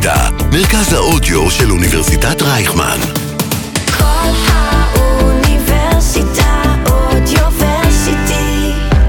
אוניברסיטה, מרכז האודיו של אוניברסיטת רייכמן. כל האוניברסיטה אודיוורסיטי.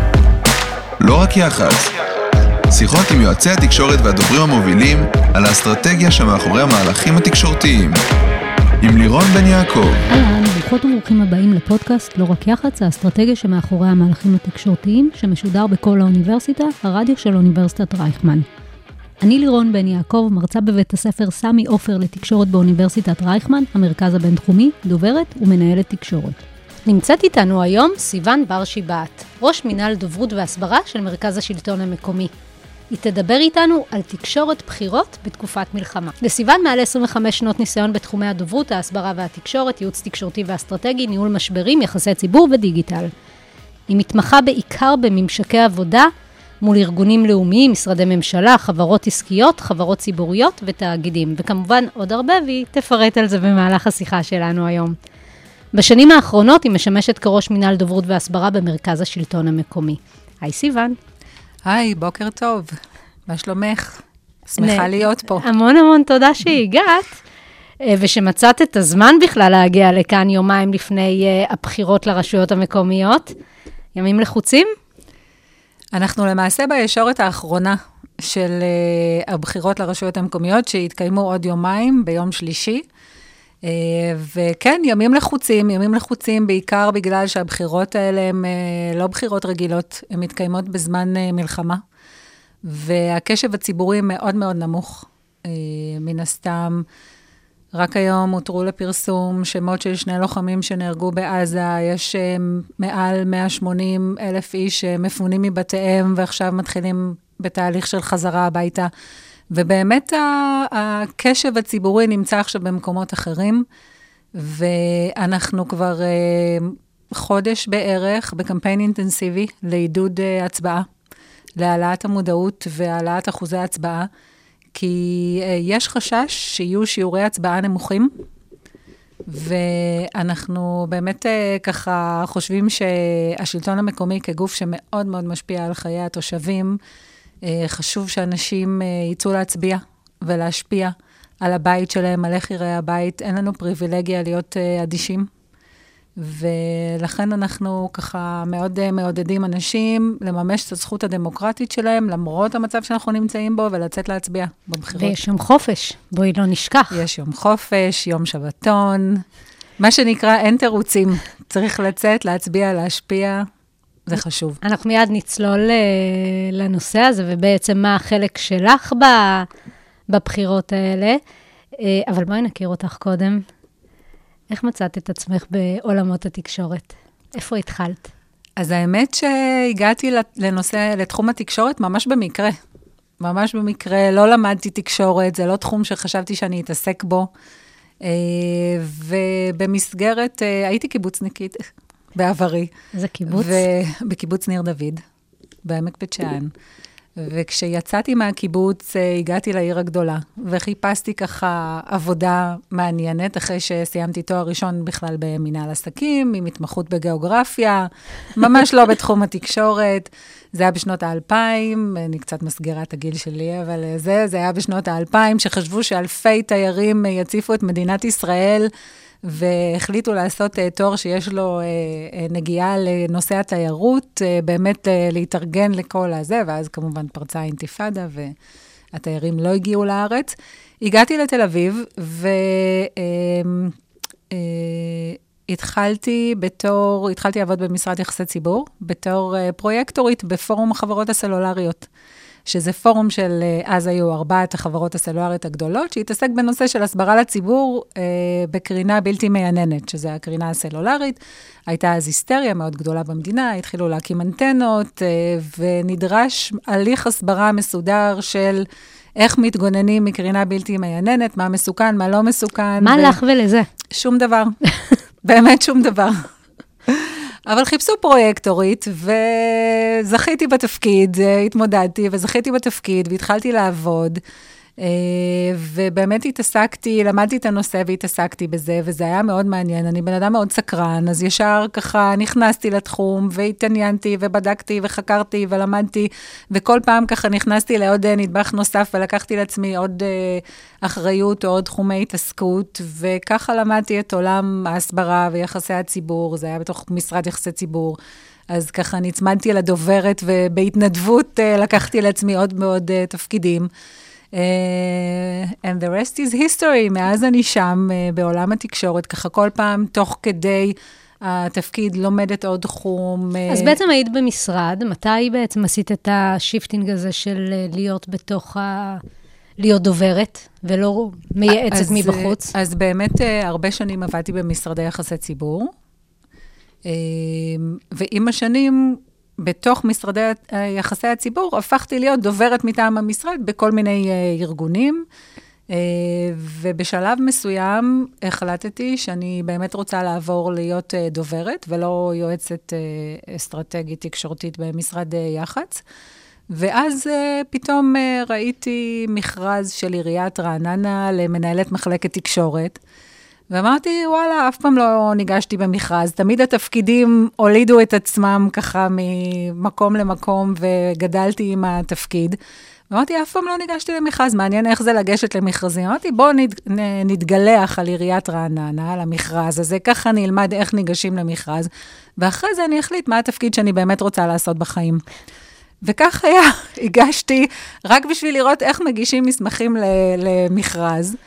לא רק יח"צ. שיחות עם יועצי התקשורת והדוברים המובילים על האסטרטגיה שמאחורי המהלכים התקשורתיים. עם לירון בן יעקב. אהלן, ברוכות וברוכים הבאים לפודקאסט לא רק יח"צ, האסטרטגיה שמאחורי המהלכים התקשורתיים, שמשודר בכל האוניברסיטה, הרדיו של אוניברסיטת רייכמן. אני לירון בן יעקב, מרצה בבית הספר סמי עופר לתקשורת באוניברסיטת רייכמן, המרכז הבינתחומי, דוברת ומנהלת תקשורת. נמצאת איתנו היום סיוון בר שיבעת, ראש מינהל דוברות והסברה של מרכז השלטון המקומי. היא תדבר איתנו על תקשורת בחירות בתקופת מלחמה. לסיוון מעל 25 שנות ניסיון בתחומי הדוברות, ההסברה והתקשורת, ייעוץ תקשורתי ואסטרטגי, ניהול משברים, יחסי ציבור ודיגיטל. היא מתמחה בעיקר בממשקי עבודה, מול ארגונים לאומיים, משרדי ממשלה, חברות עסקיות, חברות ציבוריות ותאגידים. וכמובן עוד הרבה, והיא תפרט על זה במהלך השיחה שלנו היום. בשנים האחרונות היא משמשת כראש מינהל דוברות והסברה במרכז השלטון המקומי. היי סיוון. היי, בוקר טוב. מה שלומך? שמחה להיות פה. המון תודה שהגעת, ושמצאת את הזמן בכלל להגיע לכאן יומיים לפני הבחירות לרשויות המקומיות. ימים לחוצים? אנחנו למעשה בישורת האחרונה של הבחירות לרשויות המקומיות, שהתקיימו עוד יומיים ביום שלישי. וכן, ימים לחוצים בעיקר בגלל שהבחירות האלה הן לא בחירות רגילות, הן מתקיימות בזמן מלחמה, והקשב הציבורי מאוד מאוד נמוך. מן הסתם, רק היום הותרו לפרסום שמות של 2 לוחמים שנהרגו בעזה, יש מעל 180,000 איש שמפונים מבתיהם, ועכשיו מתחילים בתהליך של חזרה הביתה, ובאמת הקשב הציבורי נמצא עכשיו במקומות אחרים, ואנחנו כבר חודש בערך בקמפיין אינטנסיבי לעידוד הצבעה, להעלאת המודעות והעלאת אחוזי הצבעה, כי יש חשש שיהיו שיעורי הצבעה נמוכים, ואנחנו באמת ככה חושבים שהשלטון המקומי כגוף שמאוד מאוד משפיע על חיי התושבים, חשוב שאנשים יצאו להצביע ולהשפיע על הבית שלהם, על איך יראה הבית. אין לנו פריבילגיה להיות אדישים, ולכן אנחנו ככה מאוד מעודדים אנשים לממש את הזכות הדמוקרטית שלהם, למרות המצב שאנחנו נמצאים בו, ולצאת להצביע בבחירות. ויש יום חופש, בואי לא נשכח. יש יום חופש, יום שבתון, מה שנקרא אין תירוצים. צריך לצאת, להצביע, להשפיע. זה חשוב. אנחנו מיד נצלול לנושא הזה, ובעצם מה החלק שלך בבחירות האלה. אבל בואי נכיר אותך קודם. איך מצאת את עצמך בעולמות התקשורת? איפה התחלת? אז האמת שהגעתי לתחום התקשורת ממש במקרה. ממש במקרה, לא למדתי תקשורת, זה לא תחום שחשבתי שאני אתעסק בו. ובמסגרת, הייתי קיבוצניקית. בעברי. איזה קיבוץ? בקיבוץ ניר דוד, בעמק בית שאן. וכשיצאתי מהקיבוץ, הגעתי לעיר הגדולה, וחיפשתי ככה עבודה מעניינת, אחרי שסיימתי תואר ראשון בכלל במנהל עסקים, עם התמחות בגיאוגרפיה, ממש לא בתחום התקשורת. זה היה בשנות ה-2000, אני קצת מסגירה את הגיל שלי, אבל זה היה בשנות ה-2000, שחשבו שאלפי תיירים יציפו את מדינת ישראל, והחליטו לעשות תואר שיש לו נגיעה לנושא התיירות, באמת להתארגן לכל הזה, ואז כמובן פרצה האינתיפאדה, והתיירים לא הגיעו לארץ. הגעתי לתל אביב, התחלתי לעבוד במשרד יחסי ציבור, בתור פרויקטורית בפורום החברות הסלולריות, שזה פורום של, אז היו 4 החברות הסלולריות הגדולות, שהתעסק בנושא של הסברה לציבור בקרינה בלתי מייננת, שזה הקרינה הסלולרית. הייתה אז היסטריה מאוד גדולה במדינה, התחילו להקים אנטנות, ונדרש הליך הסברה מסודר של איך מתגוננים מקרינה בלתי מייננת, מה מסוכן, מה לא מסוכן. מה לך ולזה? שום דבר. באמת שום דבר. אבל חיפשו פרויקטורית, וזכיתי בתפקיד, התמודדתי, וזכיתי בתפקיד, והתחלתי לעבוד. ובאמת למדתי את הנושא והתעסקתי בזה, וזה היה מאוד מעניין. אני בן אדם מאוד סקרן, אז ישר ככה נכנסתי לתחום, והתעניינתי, ובדקתי, וחקרתי, ולמדתי, וכל פעם ככה נכנסתי לעוד נדבך נוסף, ולקחתי לעצמי עוד אחריות, או עוד תחומי התעסקות, וככה למדתי את עולם ההסברה ויחסי הציבור, זה היה בתוך משרד יחסי ציבור, אז ככה נצמדתי לדוברת, ובהתנדבות לקחתי לעצמי עוד מאוד תפקידים, and the rest is history, מאז אני שם בעולם התקשורת, ככה כל פעם תוך כדי התפקיד לומדת עוד תחום. אז בעצם היית במשרד, מתי בעצם עשית את השיפטינג הזה של להיות להיות דוברת, ולא מייעצת מבחוץ? אז באמת הרבה שנים עבדתי במשרדי יחסי ציבור, ועם השנים, בתוך משרדי יחסי הציבור, הפכתי להיות דוברת מטעם המשרד בכל מיני ארגונים, ובשלב מסוים החלטתי שאני באמת רוצה לעבור להיות דוברת, ולא יועצת אסטרטגית תקשורתית במשרד יח"צ. ואז פתאום ראיתי מכרז של עיריית רעננה למנהלת מחלקת תקשורת, ואמרתי, וואלה, אף פעם לא ניגשתי במכרז, תמיד התפקידים הולידו את עצמם ככה ממקום למקום, וגדלתי עם התפקיד. ואמרתי, אף פעם לא ניגשתי למכרז, מעניין איך זה לגשת למכרזים. אמרתי, בואו נתגלח על עיריית רעננה, על המכרז הזה, ככה אני אלמד איך ניגשים למכרז, ואחרי זה אני אחליט מה התפקיד שאני באמת רוצה לעשות בחיים. וכך היה, הגשתי רק בשביל לראות איך מגישים מסמכים למכרז,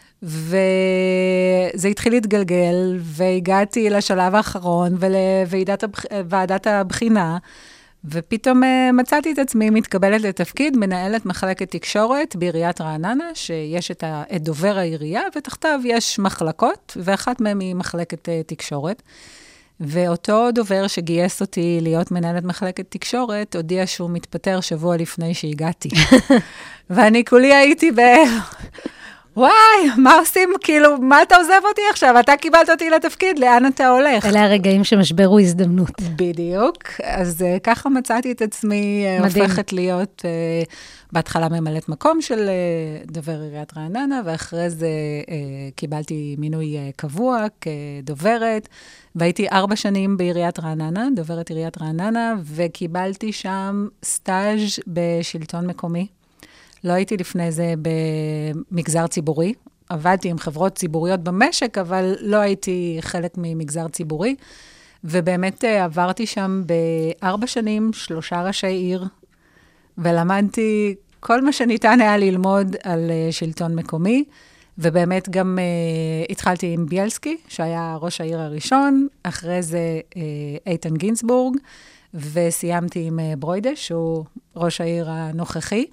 וזה התחיל להתגלגל, והגעתי לשלב האחרון, ולוועדת הבחינה, ופתאום מצאתי את עצמי מתקבלת לתפקיד, מנהלת מחלקת תקשורת בעיריית רעננה, שיש את דובר העירייה, ותחתיו יש מחלקות, ואחת מהן היא מחלקת תקשורת. ואותו דובר שגייס אותי להיות מנהלת מחלקת תקשורת, הודיע שהוא מתפטר שבוע לפני שהגעתי. ואני כולי הייתי וואי, מה עושים? כאילו, מה אתה עוזב אותי עכשיו? אתה קיבלת אותי לתפקיד, לאן אתה הולך? אלה הרגעים שמשבר הוא הזדמנות. בדיוק. אז ככה מצאתי את עצמי, הופכת להיות בהתחלה ממלאת מקום של דובר עיריית רעננה, ואחרי זה קיבלתי מינוי קבוע כדוברת, והייתי 4 שנים בעיריית רעננה, דוברת עיריית רעננה, וקיבלתי שם סטאז' בשלטון מקומי. לא הייתי לפני זה במגזר ציבורי, עבדתי עם חברות ציבוריות במשק, אבל לא הייתי חלק ממגזר ציבורי, ובאמת עברתי שם ב4 שנים, 3 ראשי עיר, ולמדתי כל מה שניתן היה ללמוד על שלטון מקומי, ובאמת גם התחלתי עם ביאלסקי, שהיה ראש העיר הראשון, אחרי זה איתן גינצבורג, וסיימתי עם ברוידש, שהוא ראש העיר הנוכחי,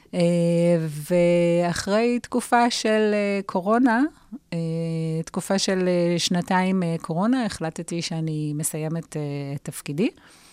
ואחרי תקופה של קורונה, תקופה של 2 קורונה, החלטתי שאני מסיימת את תפקידי,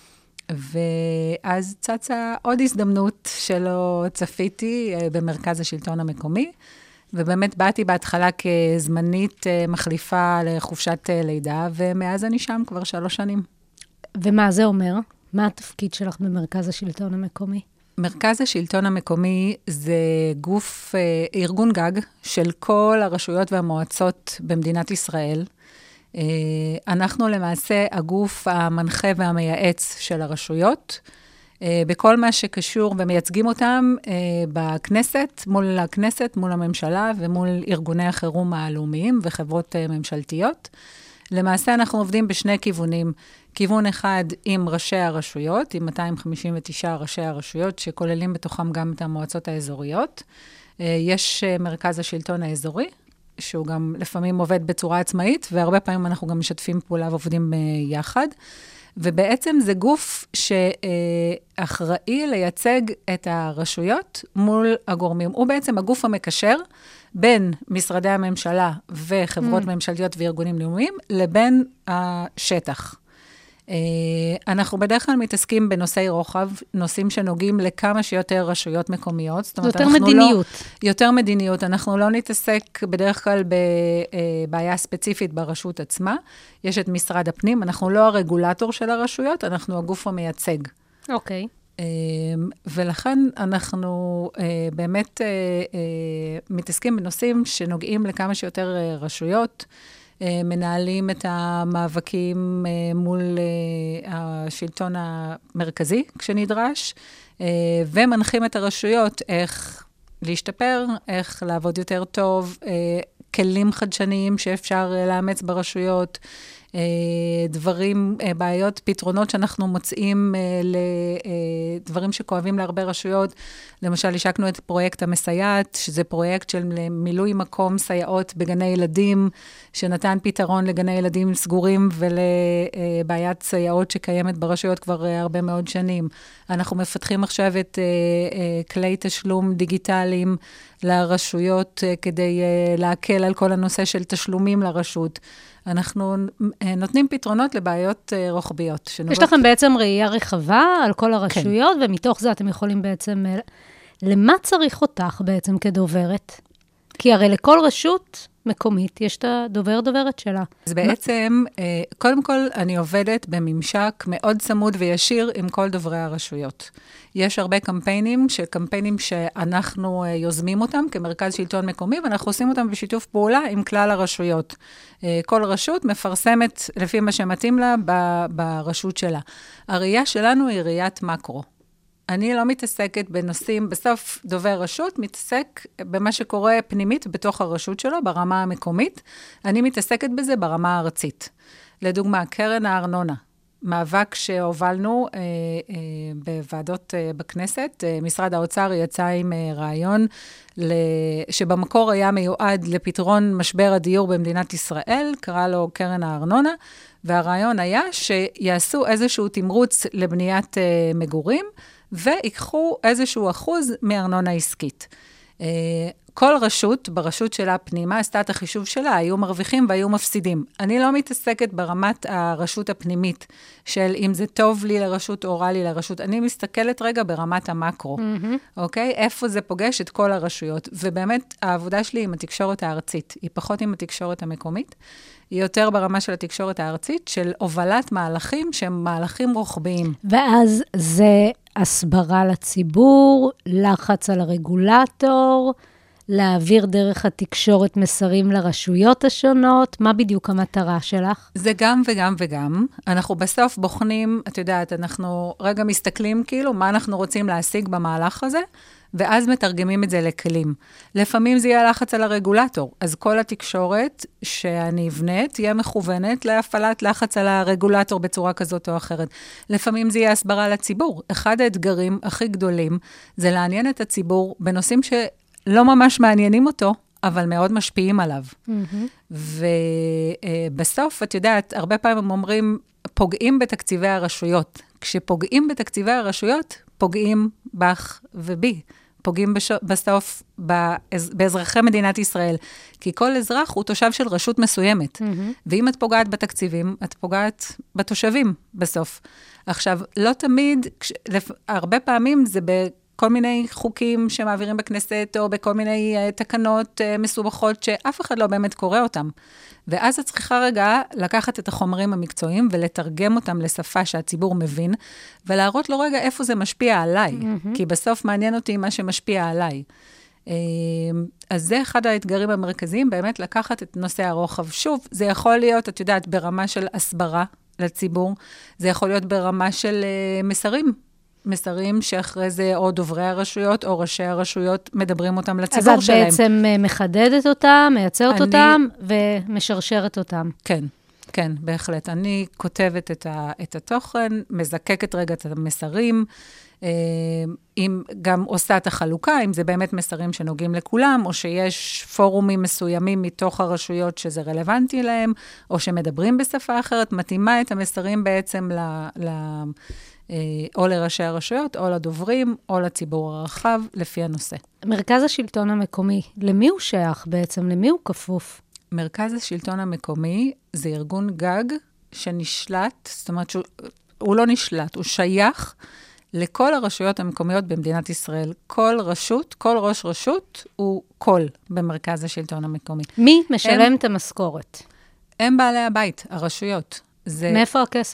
ואז צצה עוד הזדמנות שלא צפיתי במרכז השלטון המקומי, ובאמת באתי בהתחלה כזמנית מחליפה לחופשת לידה, ומאז אני שם כבר 3 שנים. ומה זה אומר? מה התפקיד שלך במרכז השלטון המקומי? מרכז השלטון המקומי זה גוף, ארגון גג של כל הרשויות והמועצות במדינת ישראל. אנחנו למעשה הגוף המנחה והמייעץ של הרשויות, בכל מה שקשור ומייצגים אותם בכנסת, מול הממשלה ומול ארגוני החירום הלאומיים וחברות ממשלתיות. למעשה אנחנו עובדים בשני כיוונים. כיוון אחד עם ראשי הרשויות, עם 259 ראשי הרשויות, שכוללים בתוכם גם את המועצות האזוריות. יש מרכז השלטון האזורי, שהוא גם לפעמים עובד בצורה עצמאית, והרבה פעמים אנחנו גם משתפים פעולה ועובדים יחד. ובעצם זה גוף שאחראי לייצג את הרשויות מול הגורמים. הוא בעצם הגוף המקשר בין משרדי הממשלה וחברות ממשלתיות וארגונים לאומיים, לבין השטח. אנחנו בדרך כלל מתעסקים בנושאי רוחב, נושאים שנוגעים לכמה שיותר רשויות מקומיות. זאת אומרת, יותר מדיניות. יותר מדיניות. אנחנו לא נתעסק בדרך כלל בבעיה ספציפית ברשות עצמה. יש את משרד הפנים, אנחנו לא הרגולטור של הרשויות, אנחנו הגוף המייצג. אוקיי. ולכן אנחנו באמת מתעסקים בנושאים שנוגעים לכמה שיותר רשויות, מנהלים את המאבקים מול השלטון המרכזי כשנדרש, ומנחים את הרשויות איך להשתפר, איך לעבוד יותר טוב, כלים חדשניים שאפשר לאמץ ברשויות, דברים, בעיות, פתרונות שאנחנו מוצאים לדברים שכואבים להרבה רשויות. למשל, השקנו את פרויקט המסייעת, שזה פרויקט של מילוי מקום סייעות בגני ילדים, שנתן פתרון לגני ילדים סגורים ולבעיית סייעות שקיימת ברשויות כבר הרבה מאוד שנים. אנחנו מפתחים עכשיו את כלי תשלום דיגיטליים לרשויות כדי להקל על כל הנושא של תשלומים לרשות. אנחנו נותנים פתרונות לבעיות רוחביות. יש לכם בעצם ראייה רחבה על כל הרשויות, כן. ומתוך זה אתם יכולים בעצם, למה צריך אותך בעצם כדוברת? כי הרי לכל רשות מקומית יש את הדובר-דוברת שלה. אז בעצם, קודם כל, אני עובדת בממשק מאוד צמוד וישיר עם כל דוברי הרשויות. יש הרבה קמפיינים שאנחנו יוזמים אותם כמרכז שלטון מקומי, ואנחנו עושים אותם בשיתוף פעולה עם כלל הרשויות. כל רשות מפרסמת לפי מה שמתאים לה ברשות שלה. הראייה שלנו היא ראיית מקרו. אני לא מתעסקת בנושאים, בסוף דובר רשות מתעסק במה שקורה פנימית בתוך הרשות שלו, ברמה המקומית. אני מתעסקת בזה ברמה הארצית. לדוגמה, קרן הארנונה, מאבק שהובלנו בוועדות בכנסת. משרד האוצר יצא עם רעיון שבמקור היה מיועד לפתרון משבר הדיור במדינת ישראל, קרא לו קרן הארנונה, והרעיון היה שיעשו איזשהו תמרוץ לבניית מגורים, ויקחו איזשהו אחוז מארנונה עסקית. כל רשות, ברשות שלה פנימה, עשתה את החישוב שלה, היו מרוויחים והיו מפסידים. אני לא מתעסקת ברמת הרשות הפנימית, של אם זה טוב לי לרשות או רע לי לרשות. אני מסתכלת רגע ברמת המקרו, אוקיי? איפה זה פוגש את כל הרשויות. ובאמת, העבודה שלי עם התקשורת הארצית, היא פחות עם התקשורת המקומית, היא יותר ברמה של התקשורת הארצית, של הובלת מהלכים שהם מהלכים רוחביים. ואז זה הסברה לציבור, לחץ על הרגולטור, להעביר דרך התקשורת מסרים לרשויות השונות. מה בדיוק המטרה שלך? זה גם וגם וגם. אנחנו בסוף בוחנים, את יודעת, אנחנו רגע מסתכלים כאילו מה אנחנו רוצים להשיג במהלך הזה, ואז מתרגמים את זה לכלים. לפעמים זה יהיה לחץ על הרגולטור, אז כל התקשורת שאני אבנה תהיה מכוונת להפעלת לחץ על הרגולטור בצורה כזאת או אחרת. לפעמים זה יהיה הסברה לציבור. אחד האתגרים הכי גדולים זה לעניין את הציבור בנושאים שלא ממש מעניינים אותו, אבל מאוד משפיעים עליו. ובסוף, את יודעת, הרבה פעמים אומרים, פוגעים בתקציבי הרשויות. כשפוגעים בתקציבי הרשויות, פוגעים בך ובי. פוגעים בסוף באזרחי מדינת ישראל. כי כל אזרח הוא תושב של רשות מסוימת. ואם את פוגעת בתקציבים, את פוגעת בתושבים בסוף. עכשיו, לא תמיד, הרבה פעמים זה בכל מיני חוקים שמעבירים בכנסת, או בכל מיני תקנות מסובכות, שאף אחד לא באמת קורא אותם. ואז את צריכה רגע לקחת את החומרים המקצועיים, ולתרגם אותם לשפה שהציבור מבין, ולהראות לו רגע איפה זה משפיע עליי. כי בסוף מעניין אותי מה שמשפיע עליי. אז זה אחד האתגרים המרכזיים, באמת לקחת את נושא הרוחב. שוב, זה יכול להיות, את יודעת, ברמה של הסברה לציבור, זה יכול להיות ברמה של מסרים שאחרי זה או דוברי הרשויות או ראשי הרשויות מדברים אותם לציבור שלהם. אז את בעצם מחדדת אותם, מייצרת אותם ומשרשרת אותם. כן, כן, בהחלט. אני כותבת את התוכן, מזקקת רגע את המסרים, גם עושה את החלוקה, אם זה באמת מסרים שנוגעים לכולם, או שיש פורומים מסוימים מתוך הרשויות שזה רלוונטי להם, או שמדברים בשפה אחרת, מתאימה את המסרים בעצם או לראשי הרשויות, או לדוברים, או לציבור הרחב, לפי הנושא. מרכז השלטון המקומי, למי הוא שייך בעצם? למי הוא כפוף? מרכז השלטון המקומי זה ארגון גג שנשלט, זאת אומרת שהוא לא נשלט, הוא שייך לכל הרשויות המקומיות במדינת ישראל. כל רשות, כל ראש רשות הוא קול במרכז השלטון המקומי. מי משלם את המשכורת? הם בעלי הבית, הרשויות. מאיפה הכסף?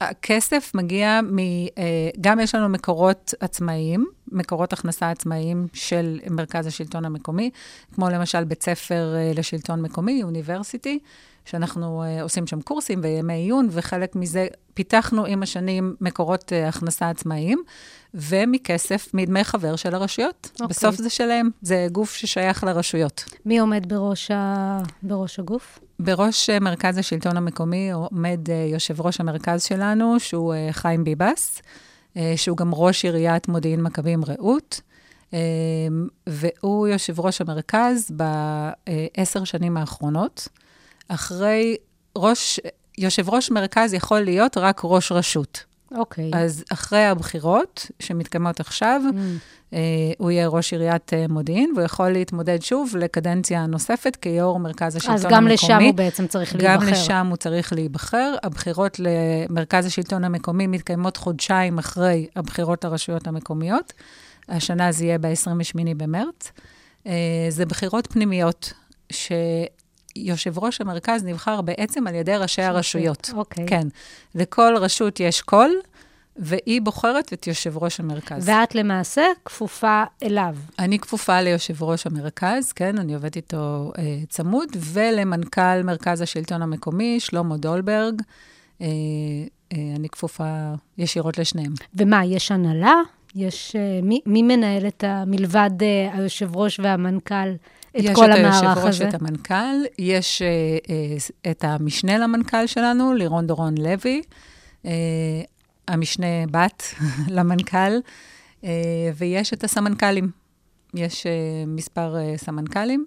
הכסף מגיע גם יש לנו מקורות עצמאיים, מקורות הכנסה עצמאיים של מרכז השלטון המקומי, כמו למשל בית ספר לשלטון מקומי, אוניברסיטי, שאנחנו עושים שם קורסים וימי עיון, וחלק מזה פיתחנו עם השנים מקורות הכנסה עצמאיים, ומכסף, מדמי חבר של הרשויות. בסוף זה שלהם, זה גוף ששייך לרשויות. מי עומד בראש הגוף? בראש מרכז השלטון המקומי עומד יושב ראש המרכז שלנו, שהוא חיים ביבס, שהוא גם ראש עיריית מודיעין מכבים רעות, והוא יושב ראש המרכז ב10 שנים האחרונות. אחרי יושב ראש מרכז יכול להיות רק ראש רשות. אוקיי. אז אחרי הבחירות שמתקיימות עכשיו, הוא יהיה ראש עיריית מודיעין, והוא יכול להתמודד שוב לקדנציה נוספת כיו"ר מרכז השלטון המקומי. אז גם לשם הוא בעצם צריך להיבחר. גם לשם הוא צריך להיבחר. הבחירות למרכז השלטון המקומי מתקיימות חודשיים אחרי הבחירות לרשויות המקומיות. השנה זה יהיה ב-28 במרץ. זה בחירות פנימיות, שיושב ראש המרכז נבחר בעצם על ידי ראשי הרשויות. אוקיי. כן. לכל רשות יש קול, והיא בוחרת את יושב ראש המרכז. ואת למעשה כפופה אליו. אני כפופה ליושב ראש המרכז, כן, אני עובדת איתו צמוד, ולמנכ"ל מרכז השלטון המקומי, שלמה דולברג, אני כפופה ישירות לשניהם. ומה, יש הנהלה? מי מנהל את מלבד היושב ראש והמנכ"ל את כל המערך הזה? יש את היושב ראש, את המנכ"ל, יש את המשנה למנכ"ל שלנו, לירון דורון לוי, המשנה בת למנכ"ל, ויש את הסמנכ"לים. יש מספר סמנכ"לים,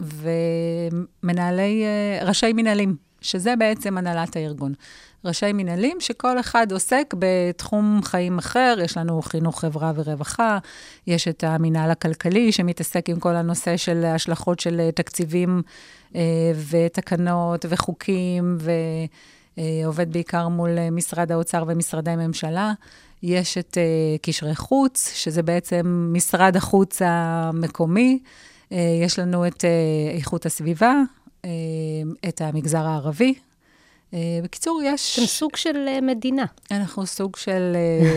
ראשי מנהלים, שזה בעצם הנהלת הארגון. ראשי מנהלים שכל אחד עוסק בתחום חיים אחר, יש לנו חינוך, חברה ורווחה, יש את המנהל הכלכלי שמתעסק עם כל הנושא של השלכות של תקציבים ותקנות וחוקים, ועובד בעיקר מול משרד האוצר ומשרדי ממשלה. יש את קשרי חוץ, שזה בעצם משרד החוץ המקומי. יש לנו את איכות הסביבה, את המגזר הערבי. בקיצור, יש... אתם סוג של מדינה. אנחנו סוג של...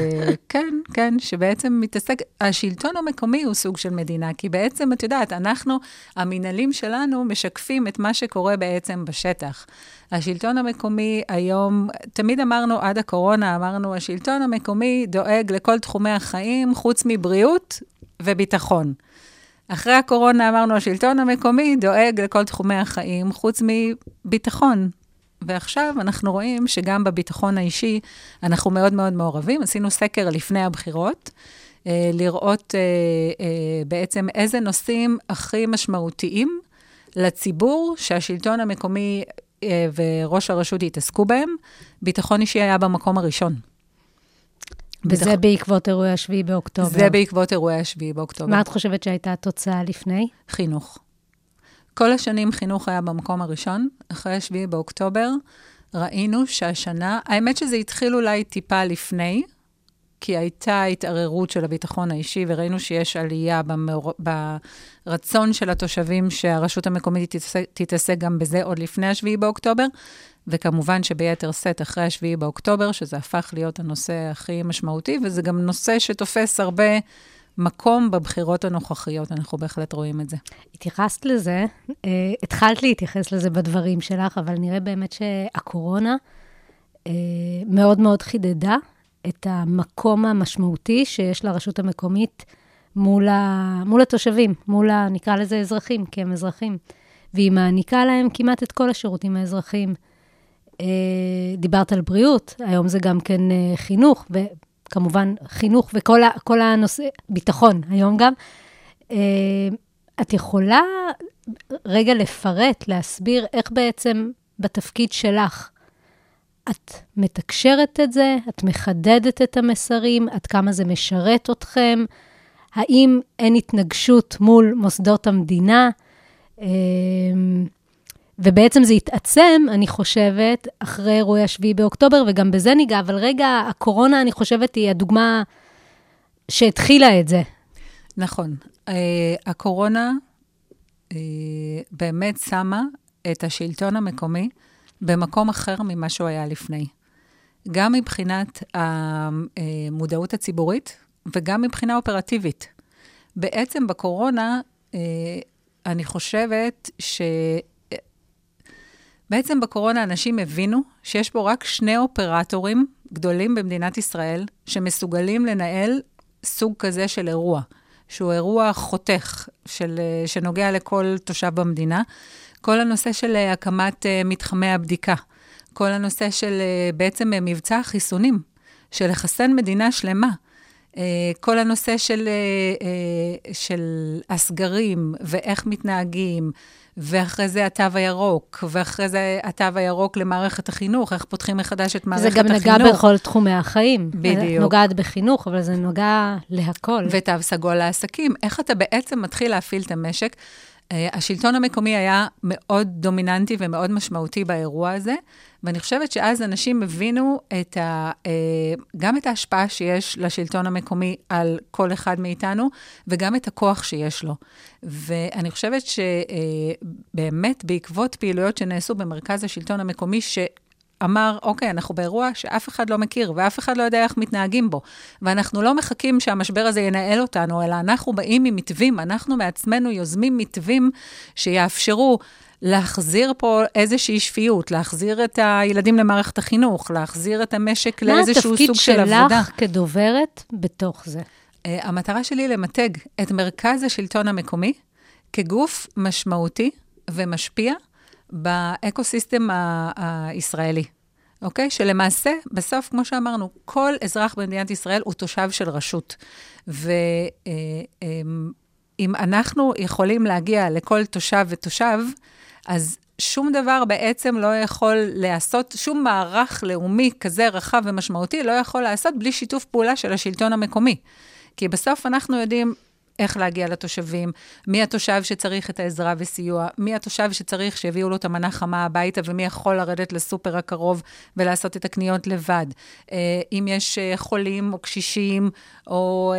כן, שבעצם מתעסק... השלטון המקומי הוא סוג של מדינה, כי בעצם, את יודעת, המנהלים שלנו משקפים את מה שקורה בעצם בשטח. השלטון המקומי היום, תמיד אמרנו, עד הקורונה, השלטון המקומי דואג לכל תחומי החיים, חוץ מבריאות וביטחון. אחרי הקורונה אמרנו, השלטון המקומי דואג לכל תחומי החיים, חוץ מביטחון. ועכשיו אנחנו רואים שגם בביטחון האישי אנחנו מאוד מאוד מעורבים. עשינו סקר לפני הבחירות, לראות בעצם איזה נושאים הכי משמעותיים לציבור שהשלטון המקומי וראש הרשות יתעסקו בהם. ביטחון אישי היה במקום הראשון. וזה בעקבות אירועי 7 באוקטובר. זה בעקבות אירועי 7 באוקטובר. מה את חושבת שהייתה התוצאה לפני? חינוך. כל השנים חינוך היה במקום הראשון. אחרי 7 באוקטובר ראינו שהשנה, האמת שזה התחיל אולי טיפה לפני, כי הייתה התערערות של הביטחון האישי, וראינו שיש עלייה ברצון של התושבים שהרשות המקומית תתעסק גם בזה עוד לפני 7 באוקטובר, וכמובן שביתר סט אחרי 7 באוקטובר, שזה הפך להיות הנושא הכי משמעותי, וזה גם נושא שתופס הרבה מקום בבחירות הנוכחיות, אנחנו בהחלט רואים את זה. התייחסת לזה, התחלת להתייחס לזה בדברים שלך, אבל נראה באמת שהקורונה מאוד מאוד חידדה את המקום המשמעותי שיש לרשות המקומית מול התושבים, נקרא לזה אזרחים, כי הם אזרחים, והיא מעניקה להם כמעט את כל השירותים האזרחיים. דיברת על בריאות, היום זה גם כן חינוך, וכמובן חינוך וכל הנושא, ביטחון היום גם. את יכולה רגע לפרט, להסביר איך בעצם בתפקיד שלך, את מתקשרת את זה, את מחדדת את המסרים, עד כמה זה משרת אתכם, האם אין התנגשות מול מוסדות המדינה, ובעצם זה יתעצם, אני חושבת, אחרי אירועי 7 באוקטובר, וגם בזה ניגע, אבל רגע, הקורונה, אני חושבת, היא הדוגמה שהתחילה את זה. נכון. הקורונה באמת שמה את השלטון המקומי במקום אחר ממה שהוא היה לפני. גם מבחינת המודעות הציבורית, וגם מבחינה אופרטיבית. בעצם בקורונה, אני חושבת בעצם בקורונה אנשים הבינו שיש פה רק 2 אופרטורים גדולים במדינת ישראל, שמסוגלים לנהל סוג כזה של אירוע, שהוא אירוע חותך, שנוגע לכל תושב במדינה. כל הנושא של הקמת מתחמי הבדיקה, כל הנושא של בעצם מבצע החיסונים, של לחסן מדינה שלמה, כל הנושא של הסגרים ואיך מתנהגים, ואחרי זה התו הירוק, ואחרי זה התו הירוק למערכת החינוך, איך פותחים מחדש את מערכת החינוך. זה גם נגע בכל תחומי החיים. בדיוק. נוגעת בחינוך, אבל זה נוגע להכל. ותו סגול לעסקים. איך אתה בעצם מתחיל להפעיל את המשק? השלטון המקומי היה מאוד דומיננטי ומאוד משמעותי באירוע הזה, ואני חושבת שאז אנשים הבינו גם את ההשפעה שיש לשלטון המקומי על כל אחד מאיתנו, וגם את הכוח שיש לו. ואני חושבת שבאמת בעקבות פעילויות שנעשו במרכז השלטון המקומי, אמר, אוקיי, אנחנו באירוע שאף אחד לא מכיר, ואף אחד לא יודע איך מתנהגים בו. ואנחנו לא מחכים שהמשבר הזה ינהל אותנו, אלא אנחנו באים עם מתווים, אנחנו מעצמנו יוזמים מתווים שיאפשרו להחזיר פה איזושהי שפיות, להחזיר את הילדים למערכת החינוך, להחזיר את המשק לאיזשהו סוג של עבודה. מה התפקיד שלך כדוברת בתוך זה? המטרה שלי למתג את מרכז השלטון המקומי כגוף משמעותי ומשפיע באקוסיסטם הישראלי, אוקיי? שלמעשה, בסוף, כמו שאמרנו, כל אזרח במדינת ישראל הוא תושב של רשות. ואם אנחנו יכולים להגיע לכל תושב ותושב, אז שום דבר בעצם לא יכול לעשות, שום מערך לאומי כזה רחב ומשמעותי לא יכול לעשות בלי שיתוף פעולה של השלטון המקומי. כי בסוף אנחנו יודעים איך להגיע לתושבים, מי התושב שצריך את העזרה וסיוע, מי התושב שצריך שיביאו לו את המנה חמה הביתה, ומי יכול לרדת לסופר הקרוב ולעשות את הקניות לבד. אם יש חולים או קשישים, או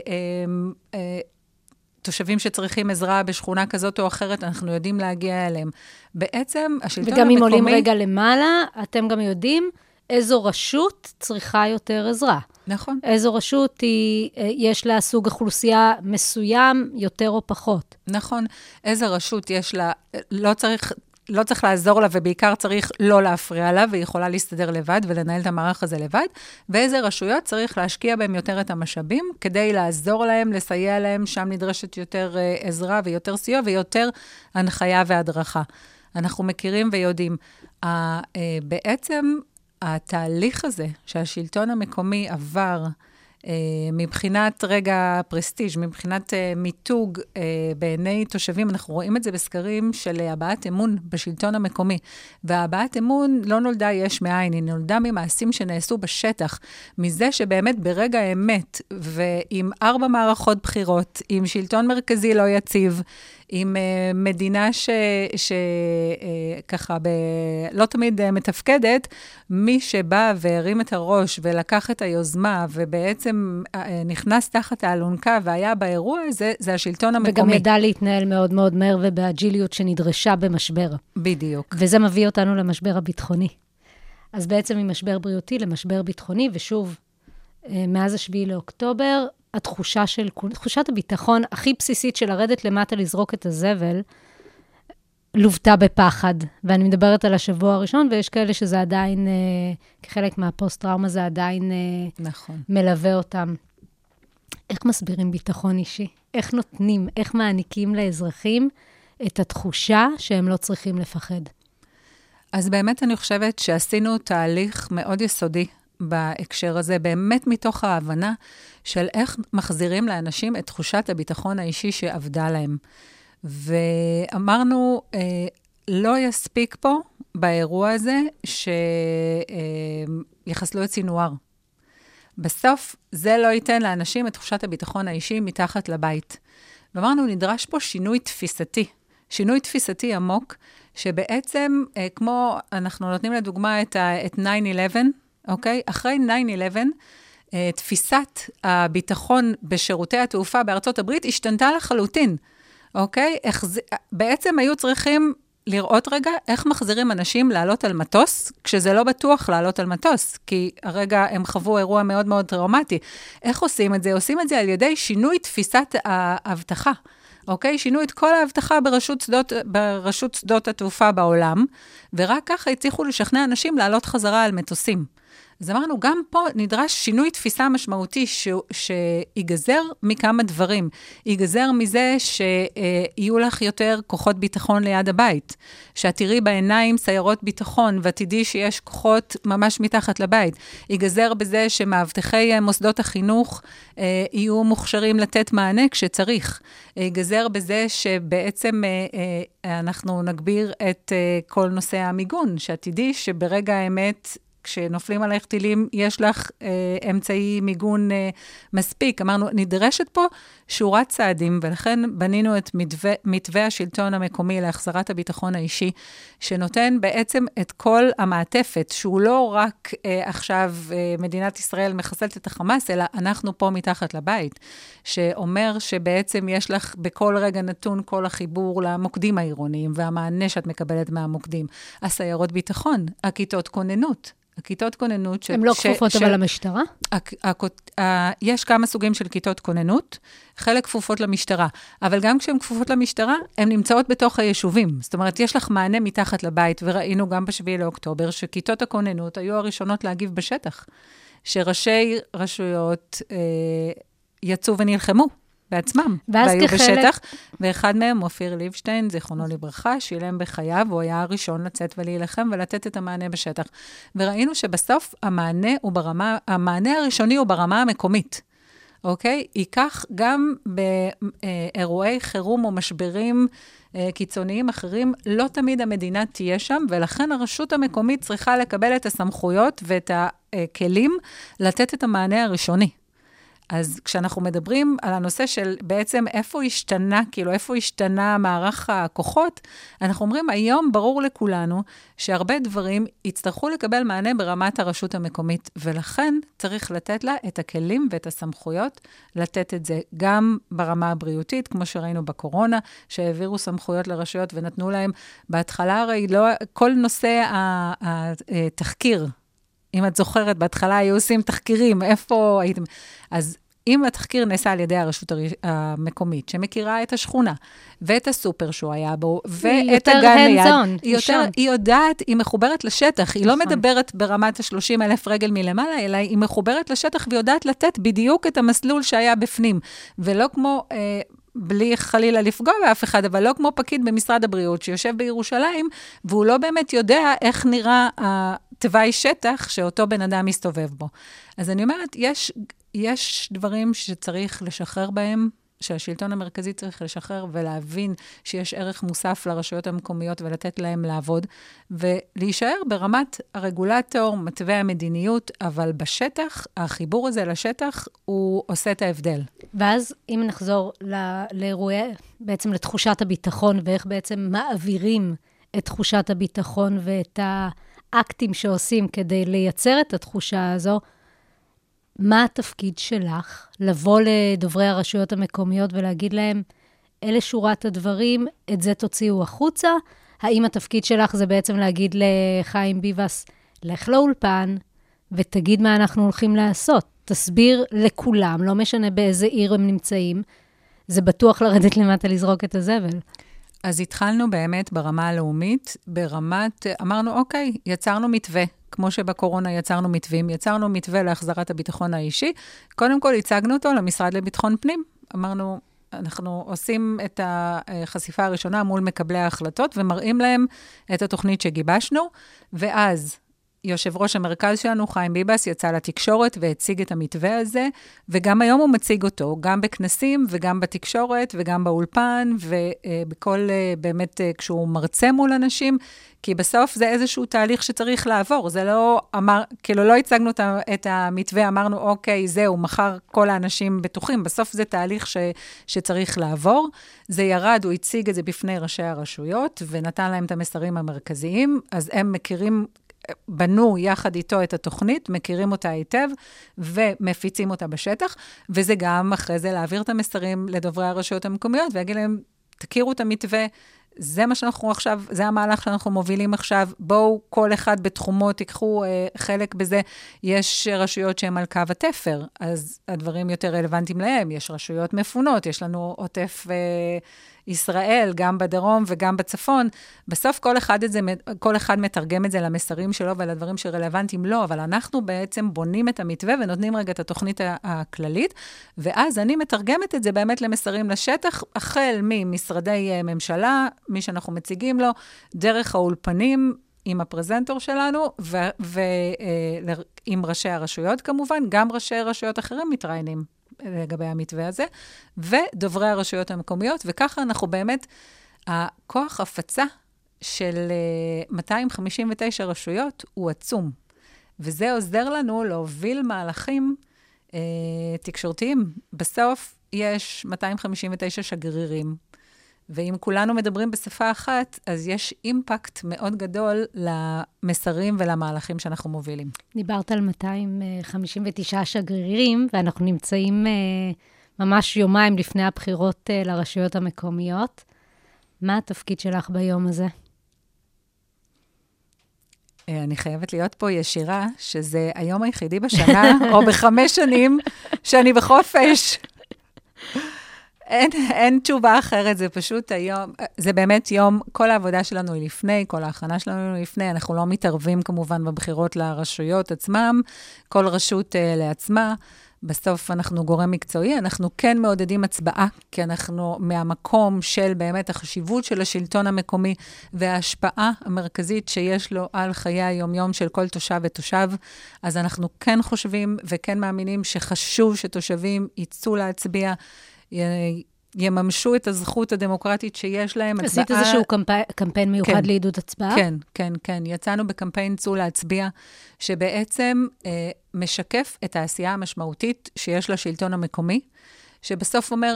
תושבים שצריכים עזרה בשכונה כזאת או אחרת, אנחנו יודעים להגיע אליהם. בעצם השלטון המקומי... וגם אם עולים רגע למעלה, אתם גם יודעים איזו רשות צריכה יותר עזרה. נכון. איזו רשות יש לה סוג אוכלוסייה מסוים יותר או פחות. נכון. איזו רשות יש לה, לא צריך לעזור לה, ובעיקר צריך לא להפריע לה, והיא יכולה להסתדר לבד ולנהל את המערך הזה לבד, ואיזה רשויות צריך להשקיע בהם יותר את המשאבים, כדי לעזור להם, לסייע להם, שם נדרשת יותר עזרה ויותר סיוע, ויותר הנחיה והדרכה. אנחנו מכירים ויודעים. בעצם התהליך הזה שהשלטון המקומי עבר, מבחינת רגע פרסטיג', מבחינת מיתוג בעיני תושבים, אנחנו רואים את זה בסקרים של הבעת אמון בשלטון המקומי. והבעת אמון לא נולדה יש מאין, היא נולדה ממעשים שנעשו בשטח, מזה שבאמת ברגע האמת, ועם 4 מערכות בחירות, עם שלטון מרכזי לא יציב, עם מדינה שככה לא תמיד מתפקדת, מי שבא והרים את הראש ולקח את היוזמה, ובעצם נכנס תחת האלונקה והיה באירוע הזה, זה השלטון המקומי. וגם ידע להתנהל מאוד מאוד מהר ובאג'יליות שנדרשה במשבר. בדיוק. וזה מביא אותנו למשבר הביטחוני. אז בעצם ממשבר בריאותי למשבר ביטחוני, ושוב, מאז 7 לאוקטובר, תחושת הביטחון הכי בסיסית של לרדת למטה לזרוק את הזבל, לובטה בפחד. ואני מדברת על השבוע הראשון, ויש כאלה שזה עדיין, כחלק מהפוסט-טראומה, זה עדיין נכון. מלווה אותם. איך מסבירים ביטחון אישי? איך נותנים, איך מעניקים לאזרחים את התחושה שהם לא צריכים לפחד? אז באמת אני חושבת שעשינו תהליך מאוד יסודי, בהקשר הזה, באמת מתוך ההבנה של איך מחזירים לאנשים את תחושת הביטחון האישי שעבדה להם. ואמרנו, לא יספיק פה באירוע הזה שיחסלו את סינואר. בסוף זה לא ייתן לאנשים את תחושת הביטחון האישי מתחת לבית. ואמרנו, נדרש פה שינוי תפיסתי. שינוי תפיסתי עמוק, שבעצם, כמו אנחנו נותנים לדוגמה את 9/11, אוקיי? אחרי 9/11, תפיסת הביטחון בשירותי התעופה בארצות הברית השתנתה לחלוטין, אוקיי? בעצם היו צריכים לראות רגע איך מחזירים אנשים לעלות על מטוס, כשזה לא בטוח לעלות על מטוס, כי הרגע הם חוו אירוע מאוד מאוד טראומטי. איך עושים את זה? עושים את זה על ידי שינוי תפיסת האבטחה. אוקיי? שינו את כל ההבטחה ברשות שדות התעופה בעולם, ורק ככה הצליחו לשכנע אנשים לעלות חזרה על מטוסים. אז אמרנו, גם פה נדרש שינוי תפיסה משמעותי שיגזר מכמה דברים. יגזר מזה שיהיו לך יותר כוחות ביטחון ליד הבית, שאת תראי בעיניים סיירות ביטחון, ותדעי שיש כוחות ממש מתחת לבית. יגזר בזה שמאבטחי מוסדות החינוך יהיו מוכשרים לתת מענה כשצריך. יגזר בזה שבעצם אנחנו נגביר את כל נושא המיגון, שאת תדעי שברגע האמת, כשנופלים עליך טילים, יש לך אמצעי מיגון מספיק. אמרנו, נדרשת פה שורת צעדים, ולכן בנינו את מתווה השלטון המקומי להחזרת הביטחון האישי, שנותן בעצם את כל המעטפת, שהוא לא רק עכשיו מדינת ישראל מחסלת את החמאס, אלא אנחנו פה מתחת לבית, שאומר שבעצם יש לך בכל רגע נתון כל החיבור למוקדים העירוניים, והמענה שאת מקבלת מהמוקדים. הסיירות ביטחון, הכיתות כוננות. הכיתות כוננות... הן לא כפופות אבל למשטרה? יש כמה סוגים של כיתות כוננות, חלק כפופות למשטרה, אבל גם כשהן כפופות למשטרה, הן נמצאות בתוך היישובים. זאת אומרת, יש לך מענה מתחת לבית, וראינו גם ב7 לאוקטובר, שכיתות הכוננות היו הראשונות להגיב בשטח, שראשי רשויות יצאו ונלחמו בעצמם, והיו בשטח, ואחד מהם, אופיר ליבשטיין, זיכרונו לברכה, שילם בחייו, הוא היה הראשון לצאת ולהילחם ולתת את המענה בשטח. וראינו שבסוף המענה הראשוני הוא ברמה המקומית, אוקיי? ייקח גם באירועי חירום או משברים קיצוניים אחרים, לא תמיד המדינה תהיה שם, ולכן הרשות המקומית צריכה לקבל את הסמכויות ואת הכלים לתת את המענה הראשוני. אז כשאנחנו מדברים על הנושא של בעצם איפה השתנה מערך הכוחות, אנחנו אומרים, היום ברור לכולנו שהרבה דברים יצטרכו לקבל מענה ברמת הרשות המקומית, ולכן צריך לתת לה את הכלים ואת הסמכויות, לתת את זה גם ברמה הבריאותית, כמו שראינו בקורונה, שהעבירו סמכויות לרשויות ונתנו להם, בהתחלה הרי לא, כל נושא התחקיר, אם את זוכרת, בהתחלה היו עושים תחקירים, איפה הייתם... אז אם התחקיר נעשה על ידי הרשות המקומית, שמכירה את השכונה, ואת הסופר שהוא היה בו, ואת הגן ליד, היא יודעת, היא מחוברת לשטח, היא לא מדברת ברמת ה-30,000 רגל מלמעלה, אלא היא מחוברת לשטח, והיא יודעת לתת בדיוק את המסלול שהיה בפנים, ולא כמו... בלי חלילה לפגוע באף אחד, אבל לא כמו פקיד במשרד הבריאות, שיושב בירושלים, והוא לא באמת יודע איך נראה התוואי שטח שאותו בן אדם מסתובב בו. אז אני אומרת, יש דברים שצריך לשחרר בהם, שהשלטון המרכזי צריך לשחרר ולהבין שיש ערך מוסף לרשויות המקומיות ולתת להם לעבוד, ולהישאר ברמת הרגולטור, מתווה המדיניות, אבל בשטח, החיבור הזה לשטח, הוא עושה את ההבדל. ואז אם נחזור לאירועי, בעצם לתחושת הביטחון, ואיך בעצם מעבירים את תחושת הביטחון ואת האקטים שעושים כדי לייצר את התחושה הזו, מה התפקיד שלך לבוא לדוברי הרשויות המקומיות ולהגיד להם, אלה שורת הדברים, את זה תוציאו החוצה? האם התפקיד שלך זה בעצם להגיד לחיים ביבס, לך לאולפן ותגיד מה אנחנו הולכים לעשות? תסביר לכולם, לא משנה באיזה עיר הם נמצאים, זה בטוח לרדת למטה לזרוק את הזבל. אז התחלנו באמת ברמה הלאומית, אמרנו, אוקיי, יצרנו מתווה. כמו שבקורונה יצרנו מתווה להחזרת הביטחון האישי, קודם כל הצגנו אותו למשרד לביטחון פנים. אמרנו, אנחנו עושים את החשיפה הראשונה מול מקבלי ההחלטות, ומראים להם את התוכנית שגיבשנו, ואז יושב ראש המרכז שלנו, חיים ביבס, יצא לתקשורת והציג את המתווה הזה, וגם היום הוא מציג אותו, גם בכנסים וגם בתקשורת וגם באולפן, ובכל באמת כשהוא מרצה מול אנשים, כי בסוף זה איזשהו תהליך שצריך לעבור, זה לא כאילו לא הצגנו את המתווה, אמרנו, אוקיי, זהו, מחר כל האנשים בטוחים, בסוף זה תהליך שצריך לעבור, זה ירד, הוא הציג את זה בפני ראשי הרשויות, ונתן להם את המסרים המרכזיים, אז הם מכירים, בנו יחד איתו את התוכנית, מכירים אותה היטב, ומפיצים אותה בשטח, וזה גם אחרי זה להעביר את המסרים לדוברי הרשויות המקומיות, ויגיד להם, תכירו את המתווה, זה מה שאנחנו עכשיו, זה המהלך שאנחנו מובילים עכשיו, בואו כל אחד בתחומו תיקחו חלק בזה, יש רשויות שהן על קו התפר, אז הדברים יותר רלוונטיים להם, יש רשויות מפונות, יש לנו עוטף ישראל, גם בדרום וגם בצפון, בסוף כל אחד מתרגם את זה למסרים שלו ולדברים שרלוונטיים לו, אבל אנחנו בעצם בונים את המתווה ונותנים רגע את התוכנית הכללית, ואז אני מתרגמת את זה באמת למסרים לשטח, החל ממשרדי ממשלה, מי שאנחנו מציגים לו, דרך האולפנים עם הפרזנטור שלנו, ועם ראשי הרשויות כמובן, גם ראשי רשויות אחרים מתראיינים לגבי המתווה הזה, ודוברי הרשויות המקומיות, וככה אנחנו באמת, הכוח הפצה של 259 רשויות הוא עצום, וזה עוזר לנו להוביל מהלכים תקשורתיים. בסוף יש 259 שגרירים, ואם כולנו מדברים בשפה אחת, אז יש אימפקט מאוד גדול למסרים ולמהלכים שאנחנו מובילים. דיברת על 259 שגרירים, ואנחנו נמצאים ממש יומיים לפני הבחירות לרשויות המקומיות. מה התפקיד שלך ביום הזה? אני חייבת להיות פה ישירה, שזה היום היחידי בשנה, או ב5 שנים, שאני בחופש. אין תשובה אחרת, זה פשוט היום, זה באמת יום, כל העבודה שלנו היא לפני, כל ההכנה שלנו היא לפני, אנחנו לא מתערבים כמובן בבחירות לרשויות עצמם, כל רשות לעצמה, בסוף אנחנו גורם מקצועי, אנחנו כן מעודדים הצבעה, כי אנחנו מהמקום של באמת החשיבות של השלטון המקומי, וההשפעה המרכזית שיש לו על חיי היום-יום של כל תושב ותושב, אז אנחנו כן חושבים וכן מאמינים שחשוב שתושבים יצאו להצביע, יממשו את הזכות הדמוקרטית שיש להם. עשית איזשהו קמפיין מיוחד לעידוד הצבעה? כן. יצאנו בקמפיין צאו להצביע, שבעצם משקף את העשייה המשמעותית שיש לשלטון המקומי, שבסוף אומר,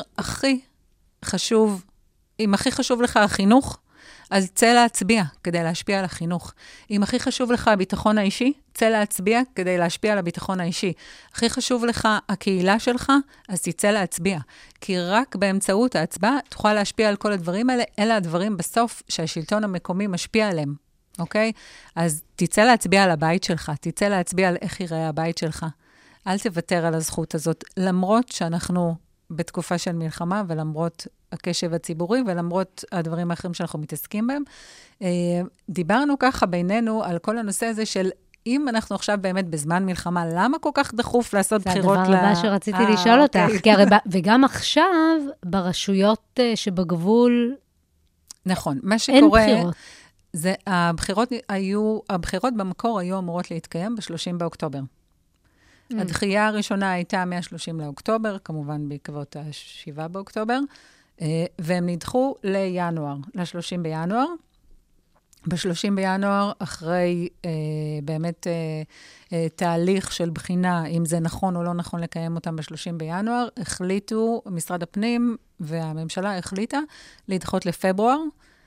אם הכי חשוב לך החינוך, אז צא להצביע כדי להשפיע על החינוך. אם הכי חשוב לך הביטחון האישי, צא להצביע כדי להשפיע על הביטחון האישי. הכי חשוב לך הקהילה שלך, אז תצא להצביע. כי רק באמצעות ההצבעה תוכל להשפיע על כל הדברים האלה, אלה הדברים בסוף שהשלטון המקומי משפיע עליהם. אוקיי? אז תצא להצביע על הבית שלך, תצא להצביע על איך ייראה הבית שלך. אל תוותר על הזכות הזאת, למרות שאנחנו בתקופה של מלחמה, ולמרות הקשב הציבורי, ולמרות הדברים האחרים שאנחנו מתעסקים בהם. דיברנו ככה בינינו על כל הנושא הזה של, אם אנחנו עכשיו באמת בזמן מלחמה, למה כל כך דחוף לעשות בחירות? זה הדבר הבא שרציתי לשאול אותך, כי הרי וגם עכשיו, ברשויות שבגבול, נכון, מה שקורה, אין בחירות. זה, הבחירות במקור היו אמורות להתקיים ב-30 באוקטובר. הדחייה הראשונה הייתה מה-30 לאוקטובר, כמובן בעקבות ה-7 באוקטובר, והם נדחו לינואר, ל-30 בינואר. ב-30 בינואר, אחרי באמת תהליך של בחינה, אם זה נכון או לא נכון לקיים אותם ב-30 בינואר, החליטו, משרד הפנים והממשלה החליטה לדחות לפברואר,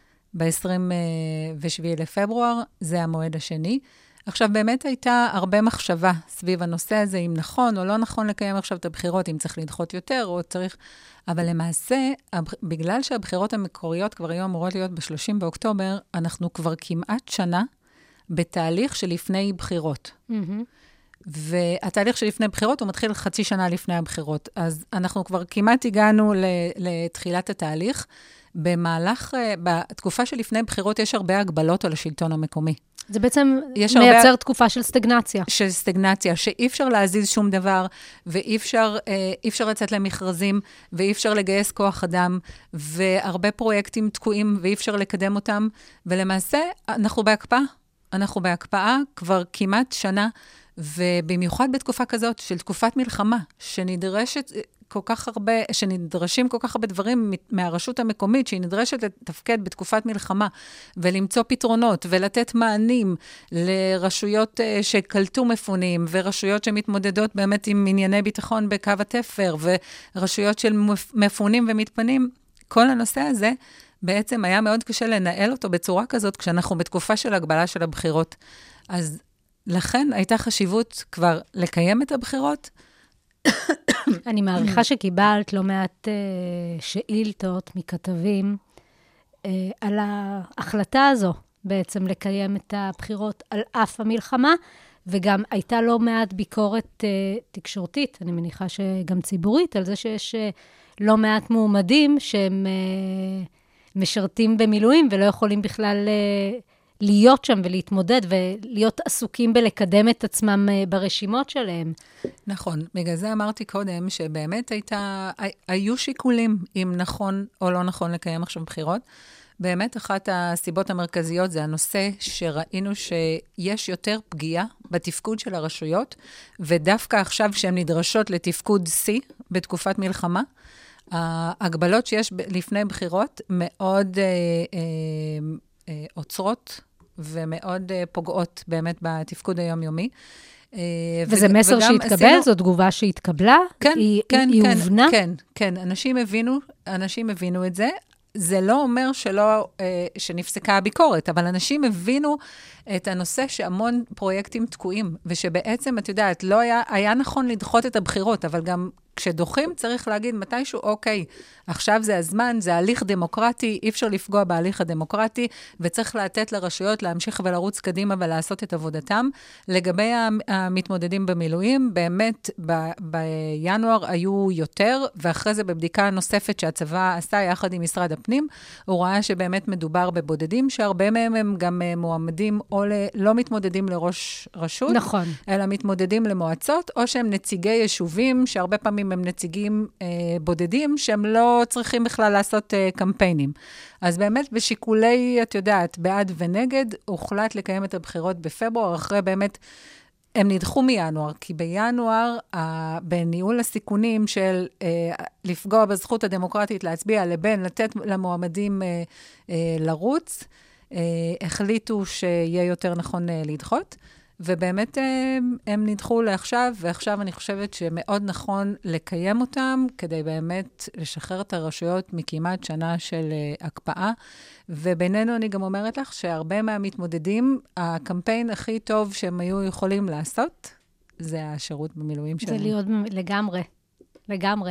ב-27 לפברואר, זה המועד השני. עכשיו, באמת הייתה הרבה מחשבה סביב הנושא הזה, אם נכון או לא נכון לקיים עכשיו את הבחירות, אם צריך לדחות יותר או צריך, אבל למעשה, בגלל שהבחירות המקוריות כבר היו אמורות להיות ב-30 באוקטובר, אנחנו כבר כמעט שנה בתהליך שלפני בחירות. והתהליך שלפני בחירות הוא מתחיל חצי שנה לפני הבחירות. אז אנחנו כבר כמעט הגענו לתחילת התהליך. בתקופה שלפני בחירות יש הרבה הגבלות על השלטון המקומי. זה בעצם מייצר תקופה של סטגנציה. של סטגנציה, שאי אפשר להזיז שום דבר, ואי אפשר לצאת למכרזים, ואי אפשר לגייס כוח אדם, והרבה פרויקטים תקועים, ואי אפשר לקדם אותם, ולמעשה אנחנו בהקפאה. אנחנו בהקפאה כבר כמעט שנה, ובמיוחד בתקופה כזאת של תקופת מלחמה, שנדרשים כל כך הרבה דברים מהרשות המקומית, שהיא נדרשת לתפקד בתקופת מלחמה, ולמצוא פתרונות, ולתת מענים לרשויות שקלטו מפונים, ורשויות שמתמודדות באמת עם ענייני ביטחון בקו התפר, ורשויות של מפונים ומתפנים. כל הנושא הזה בעצם היה מאוד קשה לנהל אותו בצורה כזאת, כשאנחנו בתקופה של הגבלה של הבחירות. אז לכן הייתה חשיבות כבר לקיים את הבחירות. אני מעריכה שקיבלת לא מעט שאילתות מכתבים, על ההחלטה הזו בעצם לקיים את הבחירות על אף המלחמה, וגם הייתה לא מעט ביקורת תקשורתית, אני מניחה שגם ציבורית, על זה שיש לא מעט מועמדים שהם משרתים במילואים ולא יכולים בכלל להיות שם ולהתמודד ולהיות עסוקים בלקדם את עצמם ברשימות שלהם. נכון, בגלל זה אמרתי קודם שבאמת היו שיקולים אם נכון או לא נכון לקיים עכשיו בחירות. באמת אחת הסיבות המרכזיות זה הנושא שראינו שיש יותר פגיעה בתפקוד של הרשויות, ודווקא עכשיו שהן נדרשות לתפקוד C בתקופת מלחמה, ההגבלות שיש לפני בחירות מאוד עוצרות ומאוד פוגעות באמת בתפקוד היומיומי. וזה מסר שהתקבל? זו תגובה שהתקבלה? כן, כן, היא הובנה? כן, אנשים הבינו את זה. זה לא אומר שנפסקה הביקורת, אבל אנשים הבינו את הנושא שהמון פרויקטים תקועים, ושבעצם, את יודעת, לא היה נכון לדחות את הבחירות, אבל גם כשדוחים צריך להגיד מתישהו, אוקיי, עכשיו זה הזמן, זה הליך דמוקרטי, אי אפשר לפגוע בהליך הדמוקרטי, וצריך לתת לרשויות להמשיך ולרוץ קדימה ולעשות את עבודתם. לגבי המתמודדים במילואים, באמת בינואר היו יותר, ואחרי זה בבדיקה נוספת שהצבא עשה יחד עם משרד הפנים, הוא ראה שבאמת מדובר בבודדים, שהרבה מהם הם גם מועמדים או לא מתמודדים לראש רשות, נכון. אלא מתמודדים למועצות, או שהם נציגי יישובים, שהרבה פעמים הם נציגים בודדים, שהם לא צריכים בכלל לעשות קמפיינים. אז באמת בשיקולי, את יודעת, בעד ונגד, הוחלט לקיים את הבחירות בפברואר, אחרי באמת, הם נדחו מינואר, כי בינואר, בניהול הסיכונים של לפגוע בזכות הדמוקרטית להצביע, לבין לתת למועמדים לרוץ, החליטו שיהיה יותר נכון לדחות, ובאמת הם נדחו לעכשיו, ועכשיו אני חושבת שמאוד נכון לקיים אותם, כדי באמת לשחרר את הרשויות מכמעט שנה של הקפאה, ובינינו אני גם אומרת לך שהרבה מהמתמודדים, הקמפיין הכי טוב שהם היו יכולים לעשות, זה השירות במילואים שלהם. זה להיות לגמרי, לגמרי.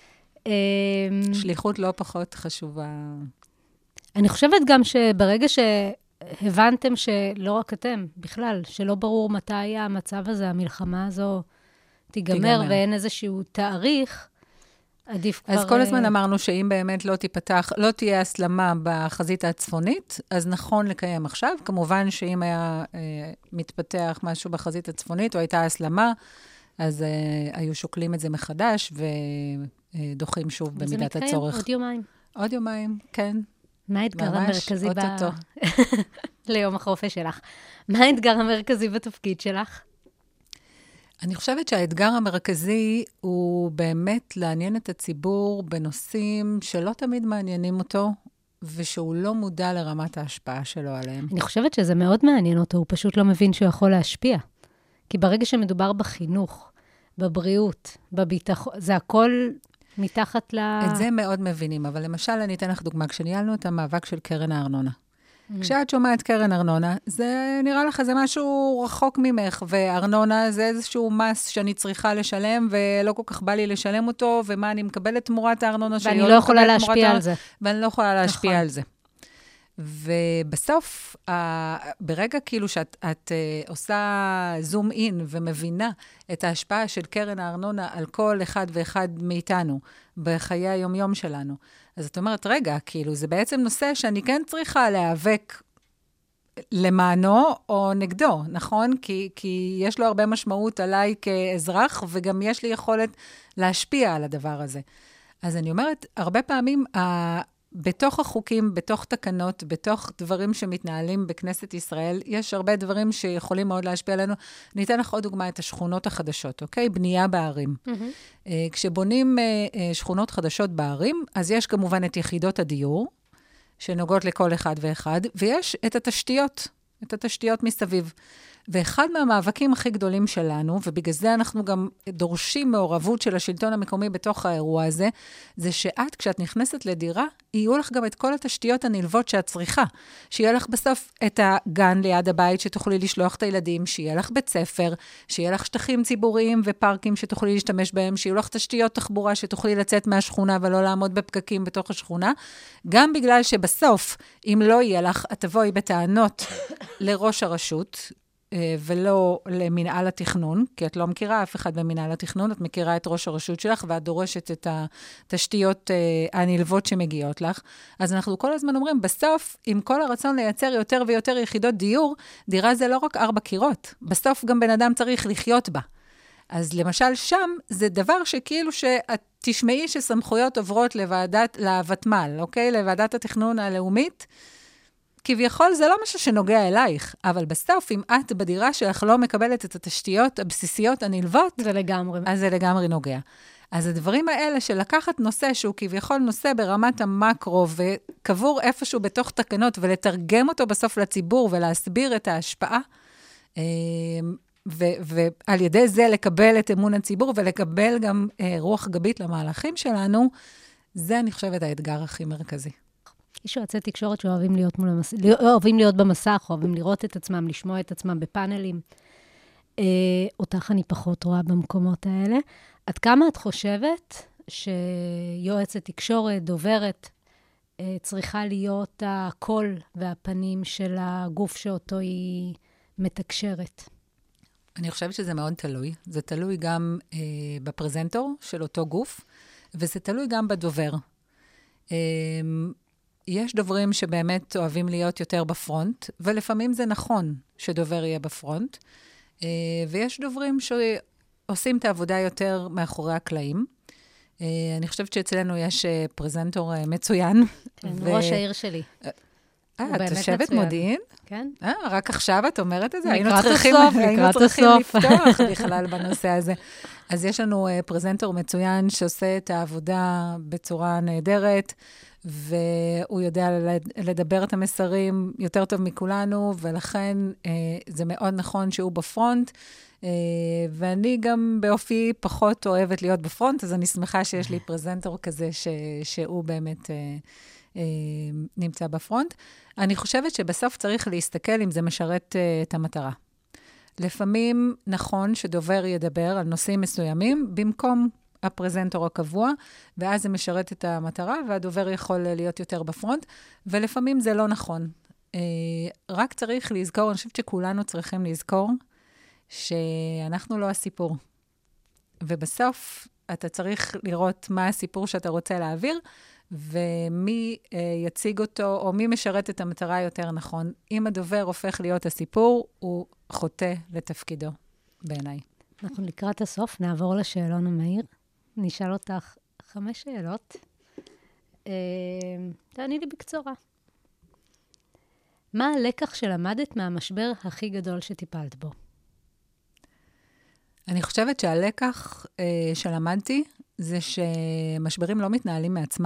שליחות לא פחות חשובה. אני חושבת גם שברגע שהבנתם שלא רק אתם, בכלל, שלא ברור מתי המצב הזה, המלחמה הזו תיגמר, ואין איזשהו תאריך, עדיף כבר... אז כל הזמן אמרנו שאם באמת לא תיפתח, לא תהיה הסלמה בחזית הצפונית, אז נכון לקיים עכשיו. כמובן שאם היה מתפתח משהו בחזית הצפונית, או הייתה הסלמה, אז היו שוקלים את זה מחדש, ודוחים שוב במידת הצורך. זה מתקיים עוד יומיים. עוד יומיים, כן. מה האתגר המרכזי ליום החופש שלך? מה האתגר המרכזי בתפקיד שלך? אני חושבת שהאתגר המרכזי הוא באמת לעניין את הציבור בנושאים שלא תמיד מעניינים אותו, ושהוא לא מודע לרמת ההשפעה שלו עליהם. אני חושבת שזה מאוד מעניין אותו, הוא פשוט לא מבין שהוא יכול להשפיע. כי ברגע שמדובר בחינוך, בבריאות, בביטחון, זה הכל מתחת את זה מאוד מבינים, אבל למשל אני אתן לך דוגמה, כשניהלנו את המאבק של קרן הארנונה. כשאת שומעת קרן ארנונה, זה נראה לך זה משהו רחוק ממך, וארנונה זה איזשהו מס שאני צריכה לשלם, ולא כל כך בא לי לשלם אותו, ומה אני מקבלת תמורת הארנונה שלי. ואני לא יכולה להשפיע על זה. ואני לא יכולה להשפיע על זה. ובסוף, ברגע כאילו שאת עושה זום אין ומבינה את ההשפעה של קרן הארנונה על כל אחד ואחד מאיתנו בחיי היומיום שלנו, אז את אומרת, רגע, כאילו זה בעצם נושא שאני כן צריכה להיאבק למענו או נגדו, נכון? כי יש לו הרבה משמעות עליי כאזרח, וגם יש לי יכולת להשפיע על הדבר הזה. אז אני אומרת, הרבה פעמים בתוך החוקים, בתוך תקנות, בתוך דברים שמתנהלים בכנסת ישראל, יש הרבה דברים שיכולים מאוד להשפיע עלינו. ניתן לך עוד דוגמה את השכונות החדשות, אוקיי? בנייה בערים. כשבונים שכונות חדשות בערים, אז יש כמובן את יחידות הדיור, שנוגעות לכל אחד ואחד, ויש את התשתיות מסביב. ואחד מהמאבקים הכי גדולים שלנו, ובגלל זה אנחנו גם דורשים מעורבות של השלטון המקומי בתוך האירוע הזה, זה שאת, כשאת נכנסת לדירה, יהיו לך גם את כל התשתיות הנלוות שאת צריכה. שיהיה לך בסוף את הגן ליד הבית שתוכלי לשלוח את הילדים, שיהיה לך בית ספר, שיהיה לך שטחים ציבוריים ופארקים שתוכלי להשתמש בהם, שיהיו לך תשתיות תחבורה שתוכלי לצאת מהשכונה ולא לעמוד בפקקים בתוך השכונה. גם בגלל שבסוף, אם לא יהיה לך, את תבואי בטענות לראש הרשות, ולא למנהל התכנון, כי את לא מכירה אף אחד במנהל התכנון, את מכירה את ראש הרשות שלך, ואת דורשת את התשתיות הנלוות שמגיעות לך. אז אנחנו כל הזמן אומרים, בסוף, עם כל הרצון לייצר יותר ויותר יחידות דיור, דירה זה לא רק 4 קירות. בסוף גם בן אדם צריך לחיות בה. אז למשל שם, זה דבר שכאילו שאת תשמעי שסמכויות עוברות לוותמ"ל, אוקיי? לוועדת התכנון הלאומית, כביכול זה לא משהו שנוגע אלייך, אבל בסוף, אם את בדירה שלך לא מקבלת את התשתיות הבסיסיות הנלוות, זה לגמרי. אז זה לגמרי נוגע. אז הדברים האלה של לקחת נושא שהוא כביכול נושא ברמת המקרו, וקבור איפשהו בתוך תקנות, ולתרגם אותו בסוף לציבור, ולהסביר את ההשפעה, ועל ידי זה לקבל את אמון הציבור, ולקבל גם רוח גבית למהלכים שלנו, זה אני חושבת האתגר הכי מרכזי. יש יועצי תקשורת שאוהבים להיות במסך, אוהבים לראות את עצמם, לשמוע את עצמם בפאנלים. אותך אני פחות רואה במקומות האלה. עד כמה את חושבת שיועצת תקשורת, דוברת, צריכה להיות הקול והפנים של הגוף שאותו היא מתקשרת? אני חושבת שזה מאוד תלוי. זה תלוי גם בפרזנטור של אותו גוף, וזה תלוי גם בדובר. יש דוברים שבאמת אוהבים להיות יותר בפרונט, ולפעמים זה נכון שדובר יהיה בפרונט, ויש דוברים שעושים את העבודה יותר מאחורי הקלעים. אני חושבת שאצלנו יש פרזנטור מצוין. כן, ראש העיר שלי. את תושבת מודיעין? כן. רק עכשיו את אומרת את זה? היינו צריכים לפתוח בכלל בנושא הזה. אז יש לנו פרזנטור מצוין שעושה את העבודה בצורה נהדרת, והוא יודע לדבר את המסרים יותר טוב מכולנו, ולכן זה מאוד נכון שהוא בפרונט, ואני גם באופי פחות אוהבת להיות בפרונט, אז אני שמחה שיש לי פרזנטור כזה שהוא באמת נמצא בפרונט. אני חושבת שבסוף צריך להסתכל אם זה משרת את המטרה. לפעמים נכון שדובר ידבר על נושאים מסוימים, במקום הפרזנטור הקבוע, ואז זה משרת את המטרה, והדובר יכול להיות יותר בפרונט, ולפעמים זה לא נכון. רק צריך לזכור, אני חושבת שכולנו צריכים לזכור, שאנחנו לא הסיפור. ובסוף אתה צריך לראות מה הסיפור שאתה רוצה להעביר, ומי יציג אותו, או מי משרת את המטרה יותר נכון. אם הדובר הופך להיות הסיפור, הוא חוטא לתפקידו, בעיניי. אנחנו לקראת הסוף, נעבור לשאלון המהיר. נשאל אותך 5 שאלות. תעני לי בקצרה. מה הלקח שלמדת מהמשבר הכי גדול שטיפלת בו? אני חושבת שהלקח שלמדתי, זה שמשברים לא מתנהלים מעצמם.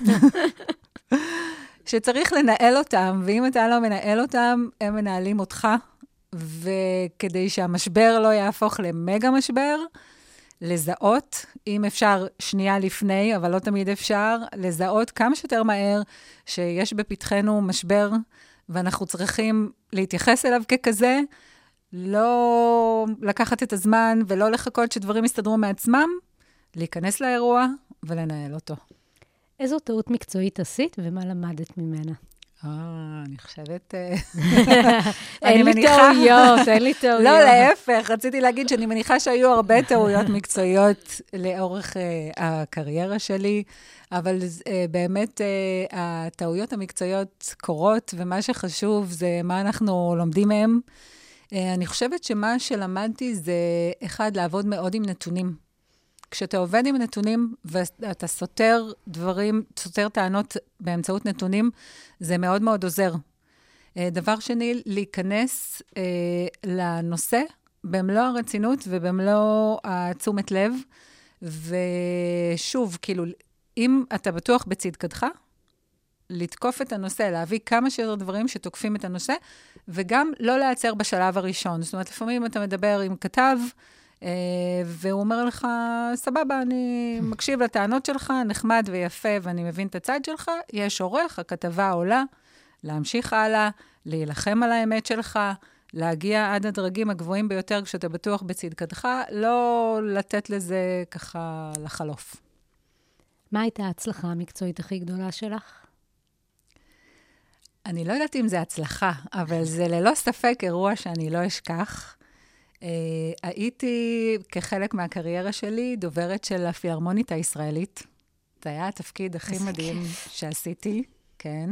שצריך לנהל אותם, ואם אתה לא מנהל אותם, הם מנהלים אותך, וכדי שהמשבר לא יהפוך למגה משבר, לזהות, אם אפשר שנייה לפני, אבל לא תמיד אפשר, לזהות כמה שיותר מהר שיש בפתחנו משבר, ואנחנו צריכים להתייחס אליו ככזה, לא לקחת את הזמן ולא לחכות שדברים יסתדרו מעצמם, להיכנס לאירוע ולנהל אותו. איזו טעות מקצועית עשית ומה למדת ממנה? אני חושבת... אין לי טעויות, אין לי טעויות. לא, להפך, רציתי להגיד שאני מניחה שהיו הרבה טעויות מקצועיות לאורך הקריירה שלי, אבל באמת הטעויות המקצועיות קורות, ומה שחשוב זה מה אנחנו לומדים מהם. אני חושבת שמה שלמדתי זה, אחד, לעבוד מאוד עם נתונים. כשאתה עובד עם נתונים ואתה סותר דברים, סותר טענות באמצעות נתונים, זה מאוד מאוד עוזר. דבר שני, להיכנס לנושא במלוא הרצינות ובמלוא התשומת לב, ושוב, כאילו, אם אתה בטוח בצדקתך, לתקוף את הנושא, להביא כמה שיותר דברים שתוקפים את הנושא, וגם לא להיעצר בשלב הראשון. זאת אומרת, לפעמים אתה מדבר עם כתב, והוא אומר לך, סבבה, אני מקשיב לטענות שלך, נחמד ויפה, ואני מבין את הצד שלך, יש עורך, הכתבה עולה, להמשיך הלאה, להילחם על האמת שלך, להגיע עד הדרגים הגבוהים ביותר כשאתה בטוח בצדקתך, לא לתת לזה ככה לחלוף. מה הייתה ההצלחה המקצועית הכי גדולה שלך? אני לא יודעת אם זה הצלחה, אבל זה ללא ספק אירוע שאני לא אשכח. הייתי כחלק מהקריירה שלי דוברת של הפילהרמונית הישראלית. זה היה התפקיד הכי מדהים שעשיתי, כן.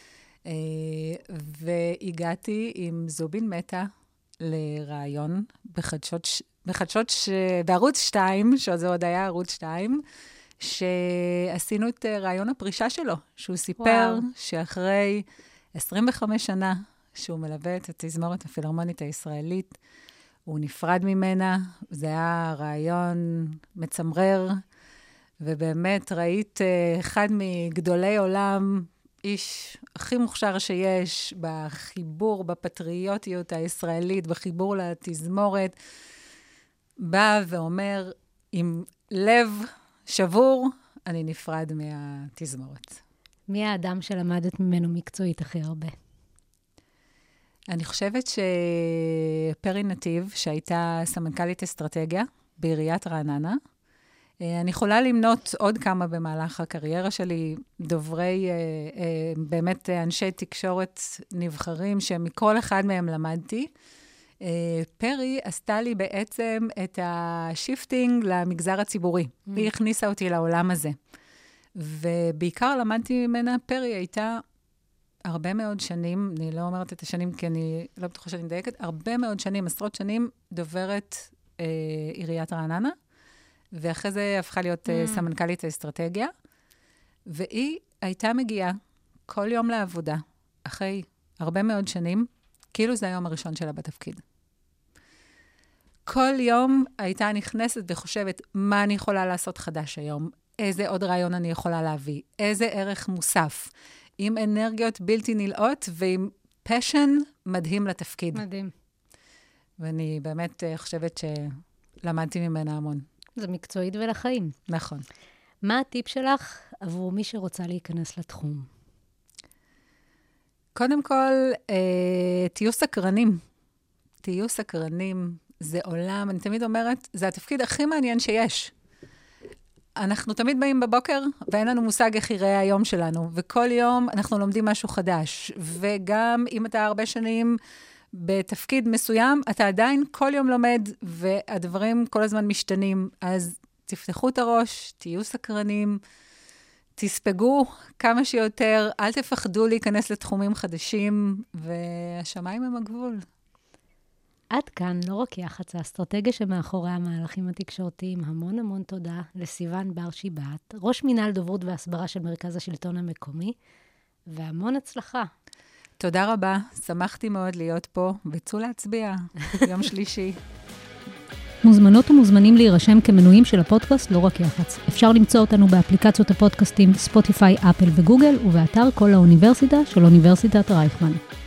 והגעתי עם זובין מטה לרעיון בערוץ 2, שזה עוד היה ערוץ 2, שעשינו את רעיון הפרישה שלו, שהוא סיפר שאחרי 25 שנה שהוא מלווה את התזמורת הפילהרמונית הישראלית, הוא נפרד ממנה, זה היה רעיון מצמרר, ובאמת ראית אחד מגדולי עולם, איש הכי מוכשר שיש, בחיבור, בפטריוטיות הישראלית, בחיבור לתזמורת, בא ואומר, עם לב שבור, אני נפרד מהתזמורת. מי האדם שלמדת ממנו מקצועית הכי הרבה? אני חושבת שפרי נתיב, שהייתה סמנכ"לית אסטרטגיה בעיריית רעננה, אני יכולה למנות עוד כמה במהלך הקריירה שלי, דוברי, באמת אנשי תקשורת נבחרים, שמכל אחד מהם למדתי. פרי עשתה לי בעצם את השיפטינג למגזר הציבורי. היא הכניסה אותי לעולם הזה. ובעיקר למדתי ממנה, פרי הייתה הרבה מאוד שנים, אני לא אומרת את השנים כי אני לא בטוחה שאני מדייקת, הרבה מאוד שנים, עשרות שנים, דוברת עיריית רעננה, ואחרי זה הפכה להיות סמנכ"לית האסטרטגיה, והיא הייתה מגיעה כל יום לעבודה, אחרי הרבה מאוד שנים, כאילו זה היום הראשון שלה בתפקיד. כל יום הייתה נכנסת וחושבת, מה אני יכולה לעשות חדש היום? איזה עוד רעיון אני יכולה להביא? איזה ערך מוסף? עם אנרגיות בלתי נלאות ועם פשן מדהים לתפקיד. מדהים. ואני באמת חושבת שלמדתי ממנה המון. זה מקצועית ולחיים. נכון. מה הטיפ שלך עבור מי שרוצה להיכנס לתחום? קודם כל, תהיו סקרנים. תהיו סקרנים. זה עולם, אני תמיד אומרת, זה התפקיד הכי מעניין שיש. אנחנו תמיד באים בבוקר, ואין לנו מושג איך יראה היום שלנו, וכל יום אנחנו לומדים משהו חדש, וגם אם אתה הרבה שנים בתפקיד מסוים, אתה עדיין כל יום לומד, והדברים כל הזמן משתנים, אז תפתחו את הראש, תהיו סקרנים, תספגו כמה שיותר, אל תפחדו להיכנס לתחומים חדשים, והשמיים הם הגבול. עד כאן לא רק יח"צ, האסטרטגיה שמאחורי המהלכים התקשורתיים. המון המון תודה לסיוון בר שיבת, ראש מינהל דוברות והסברה של מרכז השלטון המקומי, והמון הצלחה. תודה רבה, שמחתי מאוד להיות פה, וצאו להצביע, יום שלישי. מוזמנות ומוזמנים להירשם כמנויים של הפודקאסט לא רק יח"צ. אפשר למצוא אותנו באפליקציות הפודקאסטים ספוטיפיי, אפל וגוגל, ובאתר כל האוניברסיטה של אוניברסיטת רייכמן.